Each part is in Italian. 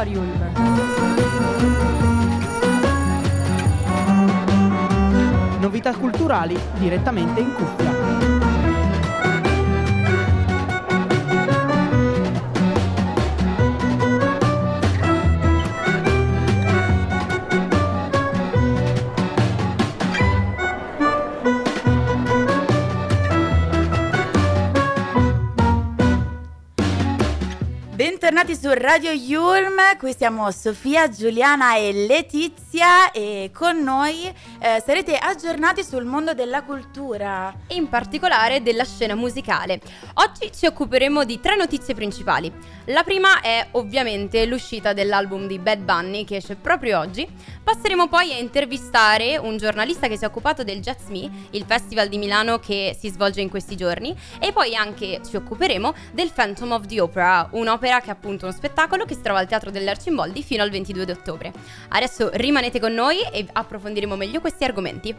Auditorium. Novità culturali direttamente in cuffia. Bentornati su Radio Yulm, qui siamo Sofia, Giuliana e Letizia e con noi sarete aggiornati sul mondo della cultura e in particolare della scena musicale. Oggi ci occuperemo di 3 notizie principali. La prima è ovviamente l'uscita dell'album di Bad Bunny che esce proprio oggi. Passeremo poi a intervistare un giornalista che si è occupato del Jazz Me, il festival di Milano che si svolge in questi giorni, e poi anche ci occuperemo del Phantom of the Opera, un'opera che è appunto uno spettacolo che si trova al Teatro degli Arcimboldi fino al 22 di ottobre. Adesso rimanete con noi e approfondiremo meglio questi argomenti.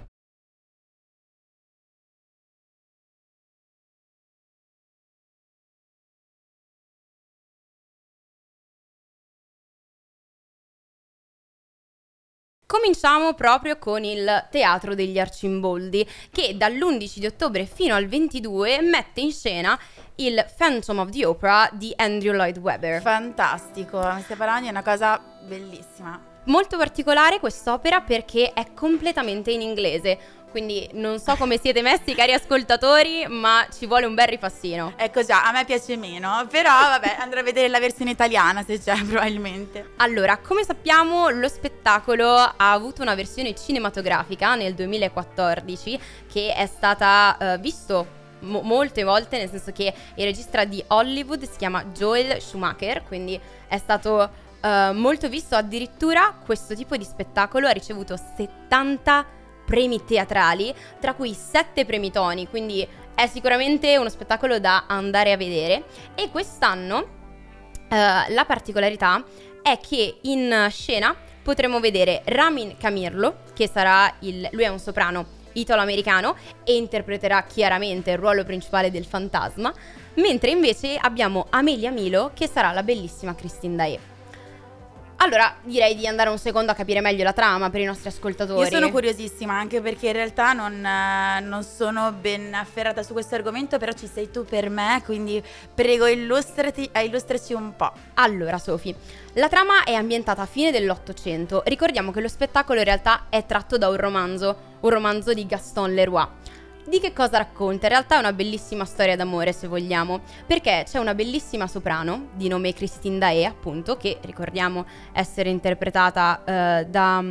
Cominciamo proprio con il Teatro degli Arcimboldi, che dall'11 di ottobre fino al 22 mette in scena il Phantom of the Opera di Andrew Lloyd Webber. Fantastico, mi stai parlando di una cosa bellissima. Molto particolare quest'opera perché è completamente in inglese, quindi non so come siete messi cari ascoltatori, ma ci vuole un bel ripassino. Ecco già, a me piace meno, però vabbè, andrò a vedere la versione italiana se c'è probabilmente. Allora, come sappiamo lo spettacolo ha avuto una versione cinematografica nel 2014 che è stata visto molte volte, nel senso che il regista di Hollywood si chiama Joel Schumacher, quindi è stato molto visto. Addirittura questo tipo di spettacolo ha ricevuto 70 premi teatrali, tra cui 7 premi Tony, quindi è sicuramente uno spettacolo da andare a vedere. E quest'anno la particolarità è che in scena potremo vedere Ramin Kamirlo, che sarà lui è un soprano italo-americano e interpreterà chiaramente il ruolo principale del fantasma, mentre invece abbiamo Amelia Milo, che sarà la bellissima Christine Dae. Allora, direi di andare un secondo a capire meglio la trama per i nostri ascoltatori. Io sono curiosissima, anche perché in realtà non sono ben afferrata su questo argomento, però ci sei tu per me, quindi prego illustraci un po'. Allora, Sofi, la trama è ambientata a fine dell'Ottocento. Ricordiamo che lo spettacolo in realtà è tratto da un romanzo di Gaston Leroy. Di che cosa racconta? In realtà è una bellissima storia d'amore, se vogliamo, perché c'è una bellissima soprano di nome Christine Dae, appunto, che ricordiamo essere interpretata da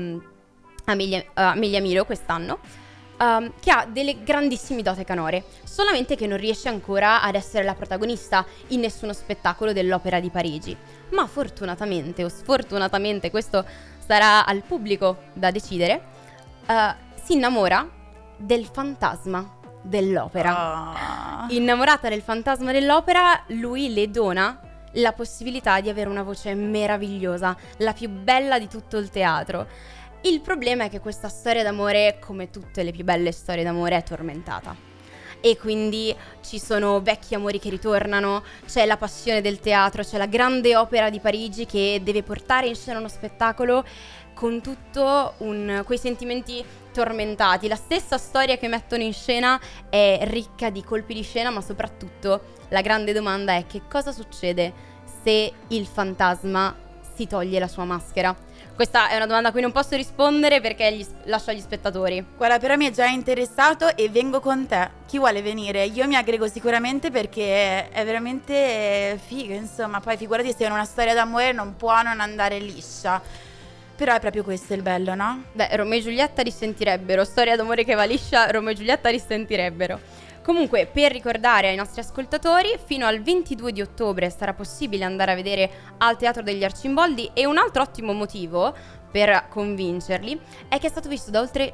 Amelia Milo quest'anno, che ha delle grandissime doti canore, solamente che non riesce ancora ad essere la protagonista in nessuno spettacolo dell'Opera di Parigi. Ma fortunatamente o sfortunatamente, questo sarà al pubblico da decidere, si innamora del fantasma dell'opera. Innamorata del fantasma dell'opera, lui le dona la possibilità di avere una voce meravigliosa, la più bella di tutto il teatro. Il problema è che questa storia d'amore, come tutte le più belle storie d'amore, è tormentata. E quindi ci sono vecchi amori che ritornano, c'è la passione del teatro, c'è la grande opera di Parigi che deve portare in scena uno spettacolo con tutto quei sentimenti tormentati. La stessa storia che mettono in scena è ricca di colpi di scena, ma soprattutto la grande domanda è: che cosa succede se il fantasma si toglie la sua maschera? Questa è una domanda a cui non posso rispondere perché lascio agli spettatori. Guarda, però mi è già interessato e vengo con te. Chi vuole venire? Io mi aggrego sicuramente perché è veramente figo, insomma. Poi figurati se in una storia d'amore non può non andare liscia. Però è proprio questo il bello, no? Beh, Romeo e Giulietta dissentirebbero. Storia d'amore che va liscia, Romeo e Giulietta dissentirebbero. Comunque, per ricordare ai nostri ascoltatori, fino al 22 di ottobre sarà possibile andare a vedere al Teatro degli Arcimboldi, e un altro ottimo motivo per convincerli è che è stato visto da oltre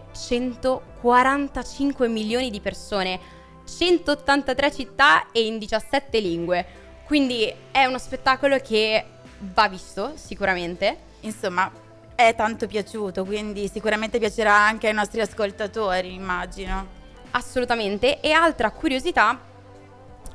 145 milioni di persone, 183 città e in 17 lingue. Quindi è uno spettacolo che va visto sicuramente. Insomma, è tanto piaciuto, quindi sicuramente piacerà anche ai nostri ascoltatori, immagino. Assolutamente. E altra curiosità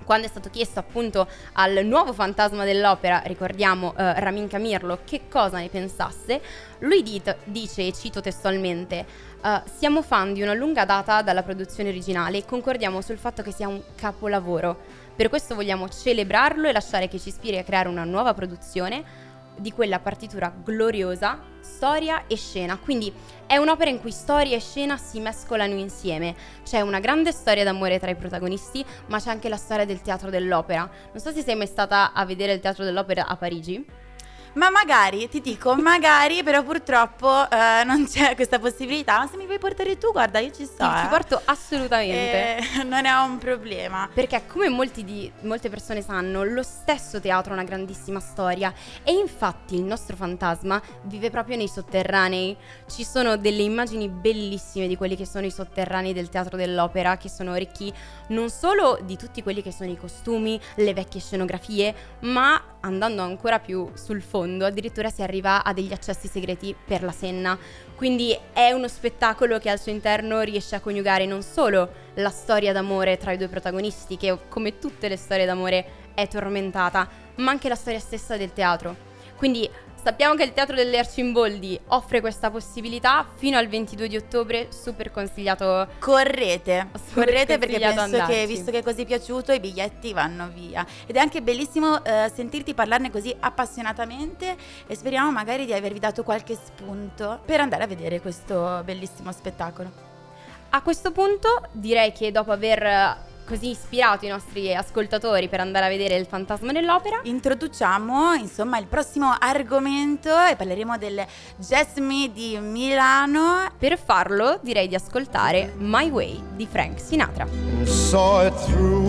Quando è stato chiesto appunto al nuovo fantasma dell'opera, ricordiamo Ramin Kamirlo, che cosa ne pensasse, lui dice, e cito testualmente: siamo fan di una lunga data dalla produzione originale e concordiamo sul fatto che sia un capolavoro. Per questo vogliamo celebrarlo e lasciare che ci ispiri a creare una nuova produzione di quella partitura gloriosa, storia e scena. Quindi è un'opera in cui storia e scena si mescolano insieme. C'è una grande storia d'amore tra i protagonisti, ma c'è anche la storia del teatro dell'opera. Non so se sei mai stata a vedere il teatro dell'opera a Parigi. Ma magari, ti dico, magari, però purtroppo non c'è questa possibilità. Ma se mi vuoi portare tu, guarda, io ci sto. Ti porto assolutamente. Non è un problema. Perché come molte persone sanno, lo stesso teatro ha una grandissima storia. E infatti il nostro fantasma vive proprio nei sotterranei. Ci sono delle immagini bellissime di quelli che sono i sotterranei del teatro dell'opera, che sono ricchi non solo di tutti quelli che sono i costumi, le vecchie scenografie, ma andando ancora più sul fondo, addirittura si arriva a degli accessi segreti per la Senna. Quindi è uno spettacolo che al suo interno riesce a coniugare non solo la storia d'amore tra i due protagonisti, che come tutte le storie d'amore è tormentata, ma anche la storia stessa del teatro. Quindi sappiamo che il Teatro delle Arcimboldi offre questa possibilità fino al 22 di ottobre, super consigliato. Correte perché penso andarci. che, visto che è così piaciuto, i biglietti vanno via. Ed è anche bellissimo sentirti parlarne così appassionatamente, e speriamo magari di avervi dato qualche spunto per andare a vedere questo bellissimo spettacolo. A questo punto direi che dopo aver così ispirato i nostri ascoltatori per andare a vedere il fantasma nell'opera, introduciamo insomma il prossimo argomento e parleremo del Jazz Me di Milano. Per farlo direi di ascoltare My Way di Frank Sinatra. Saw it through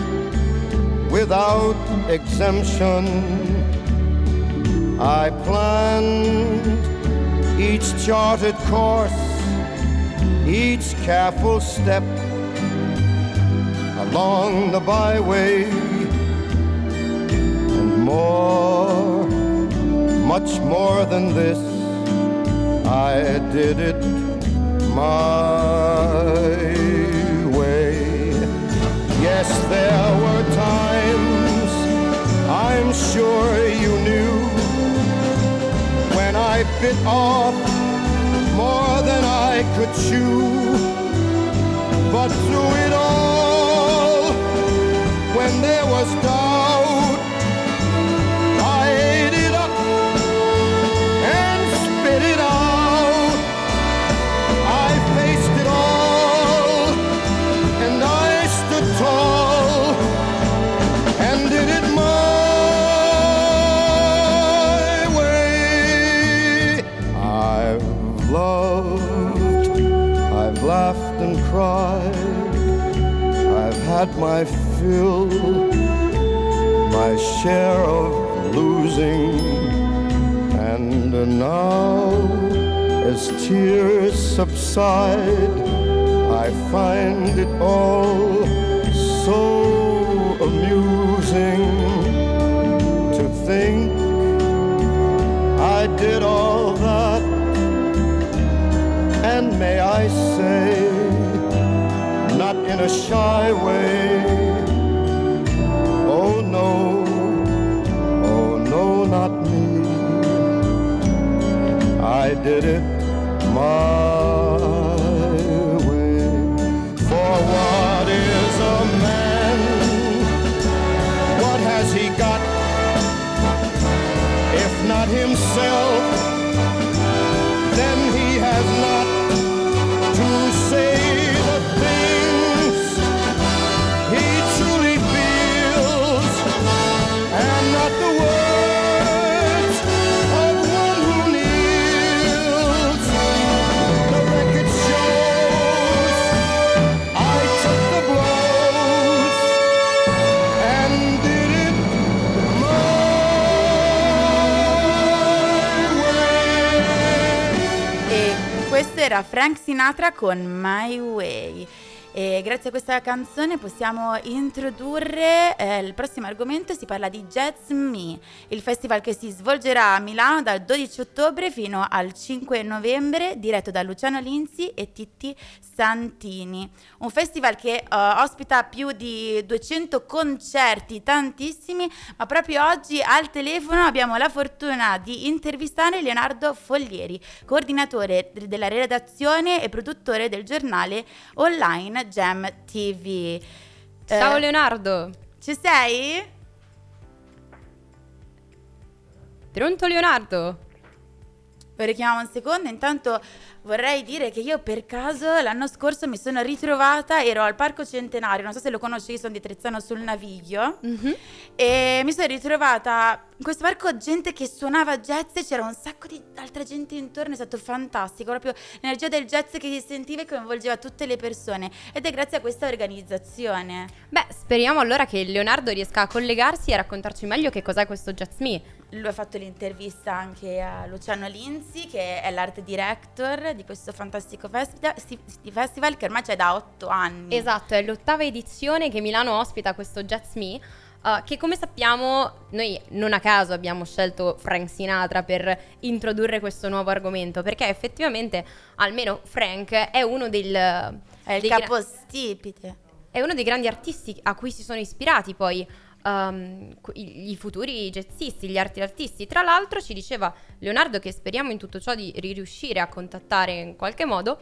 without exemption. I planned each charted course, each careful step along the byway, and more, much more than this, I did it my way. Yes, there were times, I'm sure you knew, when I bit off more than I could chew, but through it all, when there was doubt, I ate it up and spit it out. I faced it all, and I stood tall, and did it my way. I've loved, I've laughed and cried, I've had my fill, my share of losing, and now as tears subside, I find it all so amusing to think I did all that, and may I say, not in a shy way, oh no, not me. I did it my way. For what is a man? What has he got? If not himself, then he has not to say the things he truly feels, and not the words of one who kneels. The record shows I took the blows and did it my way. E questo era Frank Sinatra con My Way. E grazie a questa canzone possiamo introdurre il prossimo argomento. Si parla di Jazz Me, il festival che si svolgerà a Milano dal 12 ottobre fino al 5 novembre, diretto da Luciano Linzi e Titti Santini. Un festival che ospita più di 200 concerti, tantissimi, ma proprio oggi al telefono abbiamo la fortuna di intervistare Leonardo Foglieri, coordinatore della redazione e produttore del giornale online Jam TV. Ciao Leonardo. Ci sei? Pronto Leonardo? Lo richiamiamo un secondo. Intanto vorrei dire che io per caso l'anno scorso mi sono ritrovata, ero al Parco Centenario, non so se lo conosci, io sono di Trezzano sul Naviglio, e mi sono ritrovata in questo parco gente che suonava jazz e c'era un sacco di altra gente intorno, è stato fantastico, proprio l'energia del jazz che si sentiva e coinvolgeva tutte le persone, ed è grazie a questa organizzazione. Beh, speriamo allora che Leonardo riesca a collegarsi e raccontarci meglio che cos'è questo Jazz Me. Lui ha fatto l'intervista anche a Luciano Linzi, che è l'art director di questo fantastico festival che ormai c'è da 8 anni. Esatto, è l'8ª edizione che Milano ospita questo Jazz Me, che come sappiamo noi non a caso abbiamo scelto Frank Sinatra per introdurre questo nuovo argomento, perché effettivamente almeno Frank è uno È il dei capostipite. è uno dei grandi artisti a cui si sono ispirati poi i futuri jazzisti, gli artisti. Tra l'altro ci diceva Leonardo, che speriamo in tutto ciò di riuscire a contattare in qualche modo,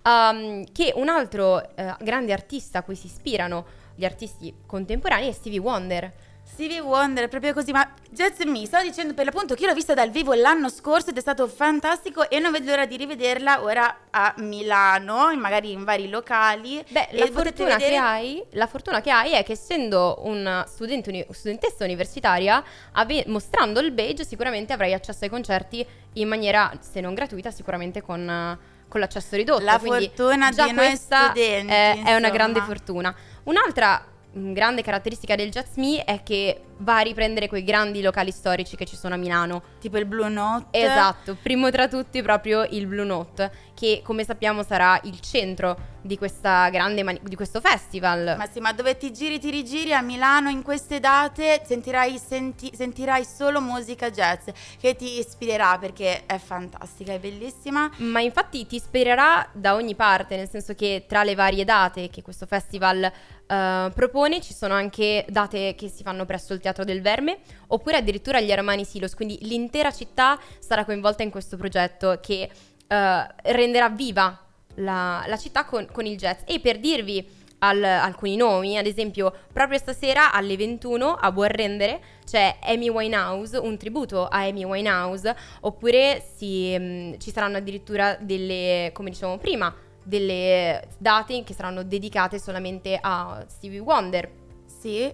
che un altro grande artista a cui si ispirano gli artisti contemporanei è Stevie Wonder. Stevie Wonder, proprio così. Ma Jazz Me, stavo dicendo per l'appunto che io l'ho vista dal vivo l'anno scorso ed è stato fantastico e non vedo l'ora di rivederla ora a Milano, magari in vari locali. Beh, E la potete fortuna che hai è che, essendo una studentessa universitaria, mostrando il badge sicuramente avrai accesso ai concerti in maniera, se non gratuita, sicuramente con l'accesso ridotto. La quindi fortuna già di noi questa studenti, è una insomma. grande fortuna. Un'altra grande caratteristica del Jazz Me è che va a riprendere quei grandi locali storici che ci sono a Milano. Tipo il Blue Note. Esatto, primo tra tutti proprio il Blue Note, che come sappiamo sarà il centro di questa di questo festival. Ma sì, ma dove ti rigiri a Milano in queste date sentirai solo musica jazz che ti ispirerà, perché è fantastica, è bellissima. Ma infatti ti ispirerà da ogni parte, nel senso che tra le varie date che questo festival propone ci sono anche date che si fanno presso il Teatro del Verme, oppure addirittura gli Armani Silos, quindi l'intera città sarà coinvolta in questo progetto che renderà viva la città con il jazz. E per dirvi alcuni nomi, ad esempio proprio stasera alle 21 a Buon Rendere c'è Amy Winehouse, un tributo a Amy Winehouse, oppure ci saranno addirittura delle, come dicevamo prima, delle date che saranno dedicate solamente a Stevie Wonder. Sì,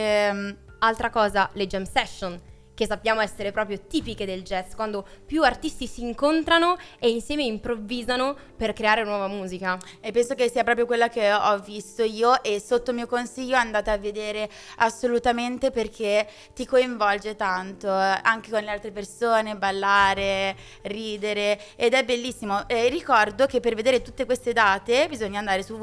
Altra cosa, le jam session, che sappiamo essere proprio tipiche del jazz, quando più artisti si incontrano e insieme improvvisano per creare nuova musica. e penso che sia proprio quella che ho visto io, e sotto mio consiglio andate a vedere assolutamente, perché ti coinvolge tanto, anche con le altre persone, ballare, ridere, ed è bellissimo. Ricordo che per vedere tutte queste date bisogna andare su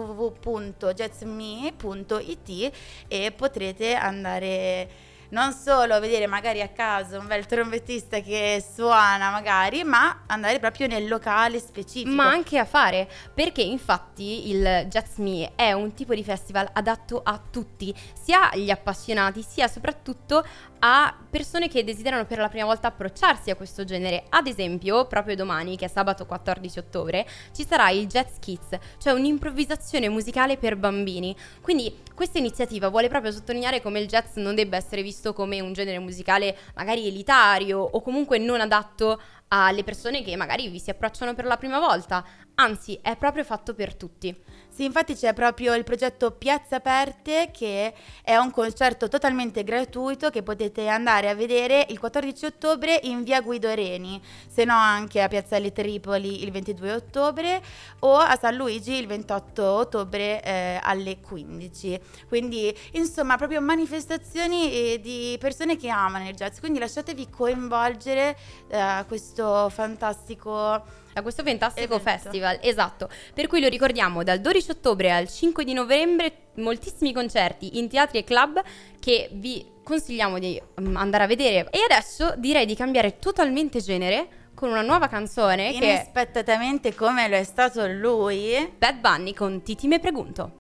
www.jazzme.it e potrete andare non solo a vedere magari a caso un bel trombettista che suona magari, ma andare proprio nel locale specifico. Ma anche a fare, perché infatti il Jazz Me è un tipo di festival adatto a tutti, sia agli appassionati, sia soprattutto a persone che desiderano per la prima volta approcciarsi a questo genere. Ad esempio, proprio domani, che è sabato 14 ottobre, ci sarà il Jazz Kids, cioè un'improvvisazione musicale per bambini. Quindi questa iniziativa vuole proprio sottolineare come il jazz non debba essere visto come un genere musicale magari elitario o comunque non adatto alle persone che magari vi si approcciano per la prima volta, anzi è proprio fatto per tutti. Sì, infatti c'è proprio il progetto Piazze Aperte, che è un concerto totalmente gratuito che potete andare a vedere il 14 ottobre in via Guido Reni, se no anche a Piazzale Tripoli il 22 ottobre o a San Luigi il 28 ottobre alle 15. Quindi insomma proprio manifestazioni di persone che amano il jazz, quindi lasciatevi coinvolgere questo fantastico da questo fantastico Evento. festival, esatto, per cui lo ricordiamo dal 12 ottobre al 5 di novembre, moltissimi concerti in teatri e club che vi consigliamo di andare a vedere. E adesso direi di cambiare totalmente genere con una nuova canzone che è Inaspettatamente come lo è stato lui. Bad Bunny con Titi me pregunto.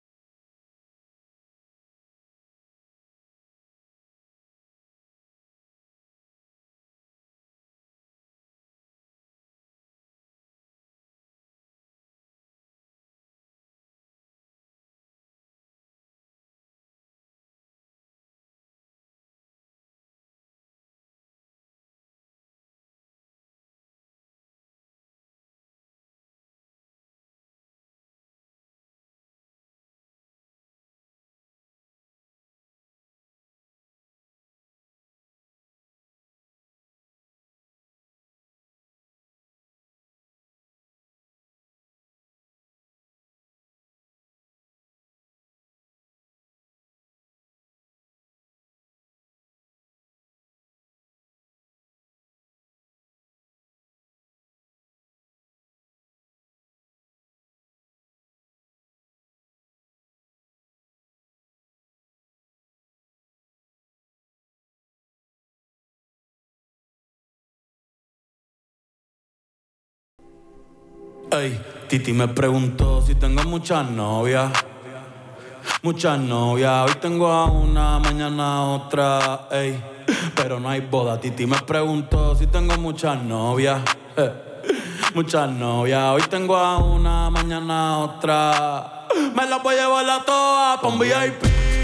Ey, Titi me preguntó si tengo muchas novias. Muchas novias, hoy tengo a una, mañana a otra, ey. Pero no hay boda. Titi me preguntó si tengo muchas novias. Muchas novias, hoy tengo a una, mañana a otra. Me las voy a llevar a todas pa' un VIP,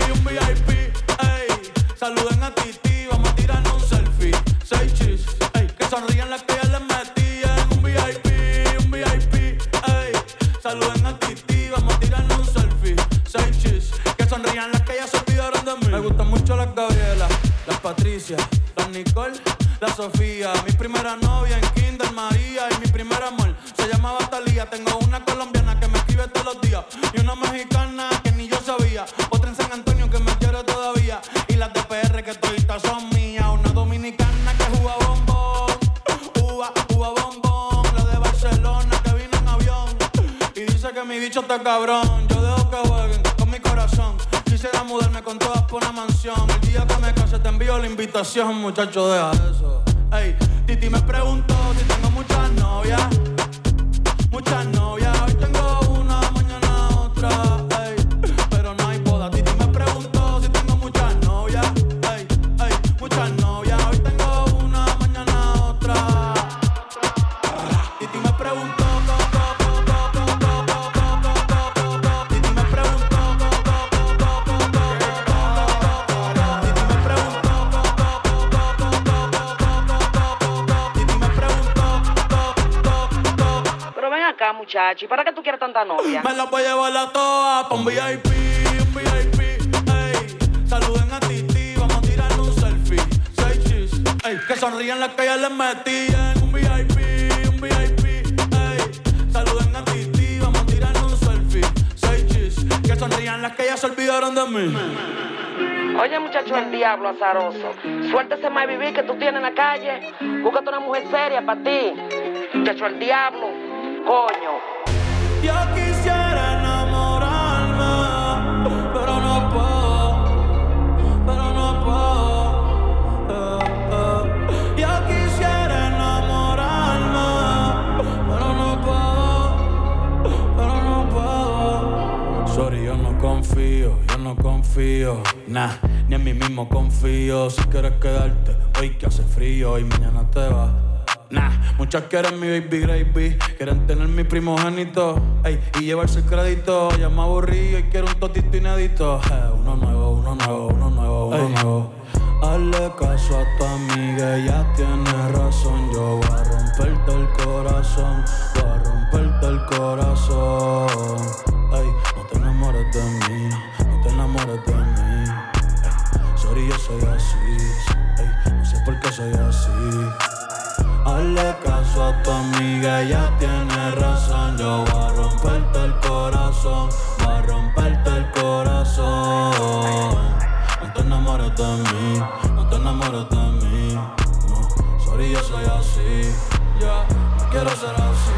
ey. Saluden a Titi, vamos a tirarnos un selfie. 6 chis, ey. Que sonrían las que ya les metí en un VIP, ey. Saluden a Titi, vamos a tirarnos un selfie. 6 chis, que sonrían las que ya se olvidaron de mí. Me gustan mucho las Gabriela, las Patricia, las Nicole, la Sofía. Mi primera novia en Kinder María y mi primer amor se llamaba Talía. Tengo una colombiana que me escribe todos los días y una mexicana que ni yo sabía. Otra en San Antonio que me quiere todavía y las de PR que toditas son mías. Una dominicana que juega bombón, uva bombón. La de Barcelona que vino en avión y dice que mi bicho está cabrón. Yo dejo que jueguen con mi corazón. Quisiera mudarme con todas por una mansión. El día que me case te envío la invitación, muchacho, deja eso. Ey, Titi me preguntó si tengo muchas novias. Muchas novias, hoy tengo una, mañana otra, ey. Pero no hay boda. Titi me preguntó si tengo muchas novias. Ey, muchas novias, hoy tengo una, mañana otra. Titi me preguntó. Muchacho, ¿y para qué tú quieres tanta novia? Me las voy a llevar a todas pa' un VIP, ey. Saluden a Titi, vamos a tirarnos un selfie. 6 chis, ey. Que sonrían las que ya les metí en un VIP, ey. Saluden a Titi, vamos a tirarnos un selfie. 6 chis, que sonrían las que ya se olvidaron de mí. Oye, muchacho, el diablo azaroso. Suéltese más vivir que tú tienes en la calle. Búscate una mujer seria para ti. Muchacho, el diablo. Coño. Yo quisiera enamorarme, pero no puedo. Yo quisiera enamorarme, pero no puedo. Sorry, yo no confío. Nah, ni en mí mismo confío. Si quieres quedarte, hoy que hace frío y mañana te vas. Nah, muchas quieren mi baby gravy, quieren tener mi primogénito, ey, y llevarse el crédito. Ya me aburrí y quiero un totito inédito. Uno nuevo. Hazle caso a tu amiga, ella tiene razón. Yo voy a romperte el corazón, Ey, no te enamores de mí, ey, sorry, yo soy así, ey, no sé por qué soy así. Hazle caso a tu amiga, ella tiene razón. Yo voy a romperte el corazón, No te enamores de mí, no, sorry, yo soy así, no quiero ser así.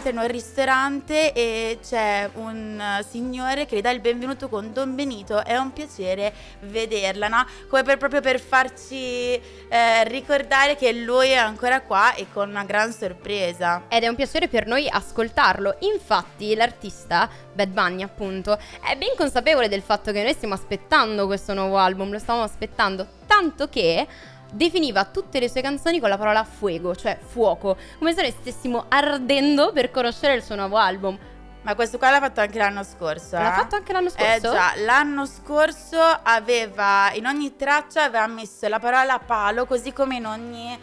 entra in un ristorante e c'è un signore che gli dà il benvenuto con Don Benito. È un piacere vederla, no? Come proprio per farci ricordare che lui è ancora qua e con una gran sorpresa. Ed è un piacere per noi ascoltarlo. Infatti l'artista Bad Bunny, appunto, è ben consapevole del fatto che noi stiamo aspettando questo nuovo album. Lo stavamo aspettando, tanto che definiva tutte le sue canzoni con la parola fuego, cioè fuoco, come se noi stessimo ardendo per conoscere il suo nuovo album. Ma questo qua l'ha fatto anche l'anno scorso. L'ha fatto anche l'anno scorso? Già, l'anno scorso aveva, in ogni traccia aveva messo la parola palo, così come in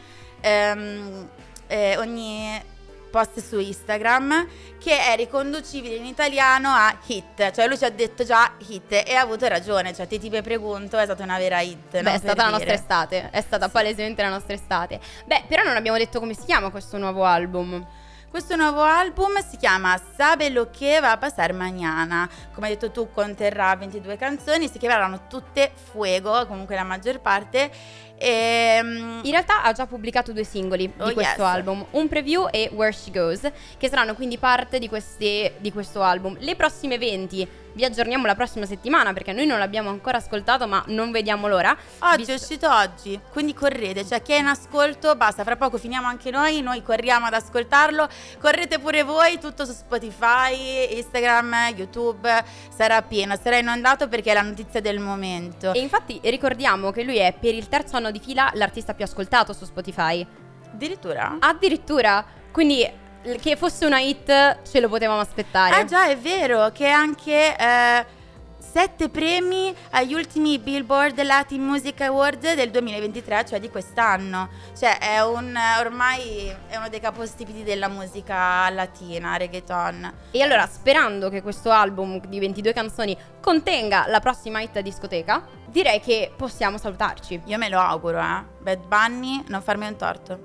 ogni post su Instagram, che è riconducibile in italiano a hit. Cioè lui ci ha detto già hit e ha avuto ragione. Cioè Ti pregunto è stata una vera hit. Beh, è stata la nostra estate. È stata palesemente la nostra estate. Beh, però non abbiamo detto come si chiama questo nuovo album. Questo nuovo album si chiama Sabe lo que va a pasar mañana. Come hai detto tu, conterrà 22 canzoni, si chiameranno tutte Fuego, comunque la maggior parte. In realtà ha già pubblicato 2 singoli di questo album, un preview e Where She Goes, che saranno quindi parte di questo album. Le prossime 20 vi aggiorniamo la prossima settimana, perché noi non l'abbiamo ancora ascoltato, ma non vediamo l'ora. È uscito oggi, quindi correte, cioè chi è in ascolto basta, fra poco finiamo anche noi corriamo ad ascoltarlo, correte pure voi, tutto su Spotify, Instagram, YouTube, sarà pieno, sarà inondato perché è la notizia del momento. E infatti ricordiamo che lui è per il 3º anno di fila l'artista più ascoltato su Spotify. Addirittura, quindi che fosse una hit ce lo potevamo aspettare. Ah già, è vero, che anche 7 premi agli ultimi Billboard Latin Music Award del 2023, cioè di quest'anno. Cioè ormai è uno dei capostipiti della musica latina, reggaeton. E allora, sperando che questo album di 22 canzoni contenga la prossima hit a discoteca, direi che possiamo salutarci. Io me lo auguro, Bad Bunny, non farmi un torto.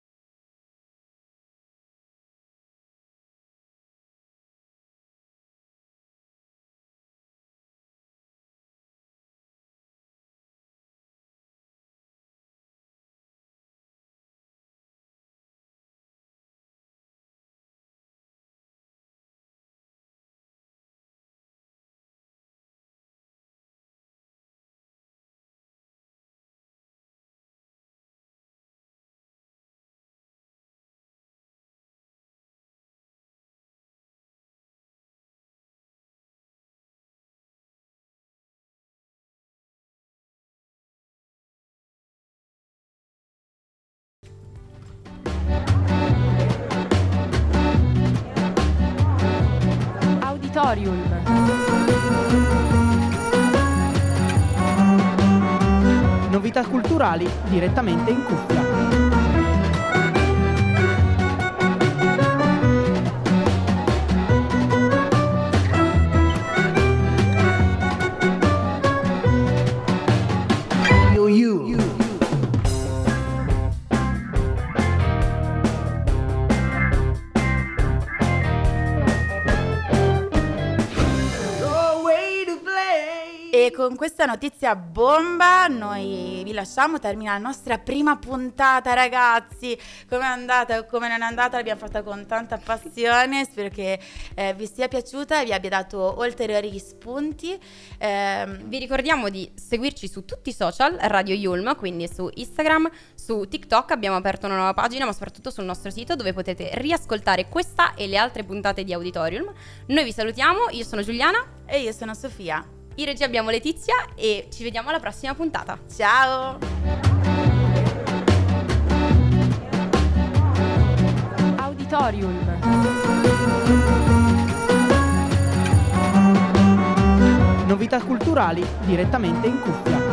Auditorium. Novità culturali direttamente in cuffia. E con questa notizia bomba noi vi lasciamo, termina la nostra prima puntata, ragazzi. Come è andata o come non è andata l'abbiamo fatta con tanta passione, spero che vi sia piaciuta e vi abbia dato ulteriori spunti. Vi ricordiamo di seguirci su tutti i social Radio Yulm, quindi su Instagram, su TikTok abbiamo aperto una nuova pagina, ma soprattutto sul nostro sito dove potete riascoltare questa e le altre puntate di Auditorium. Noi vi salutiamo, io sono Giuliana e io sono Sofia. In regia abbiamo Letizia e ci vediamo alla prossima puntata. Ciao! Auditorium. Novità culturali direttamente in cuffia.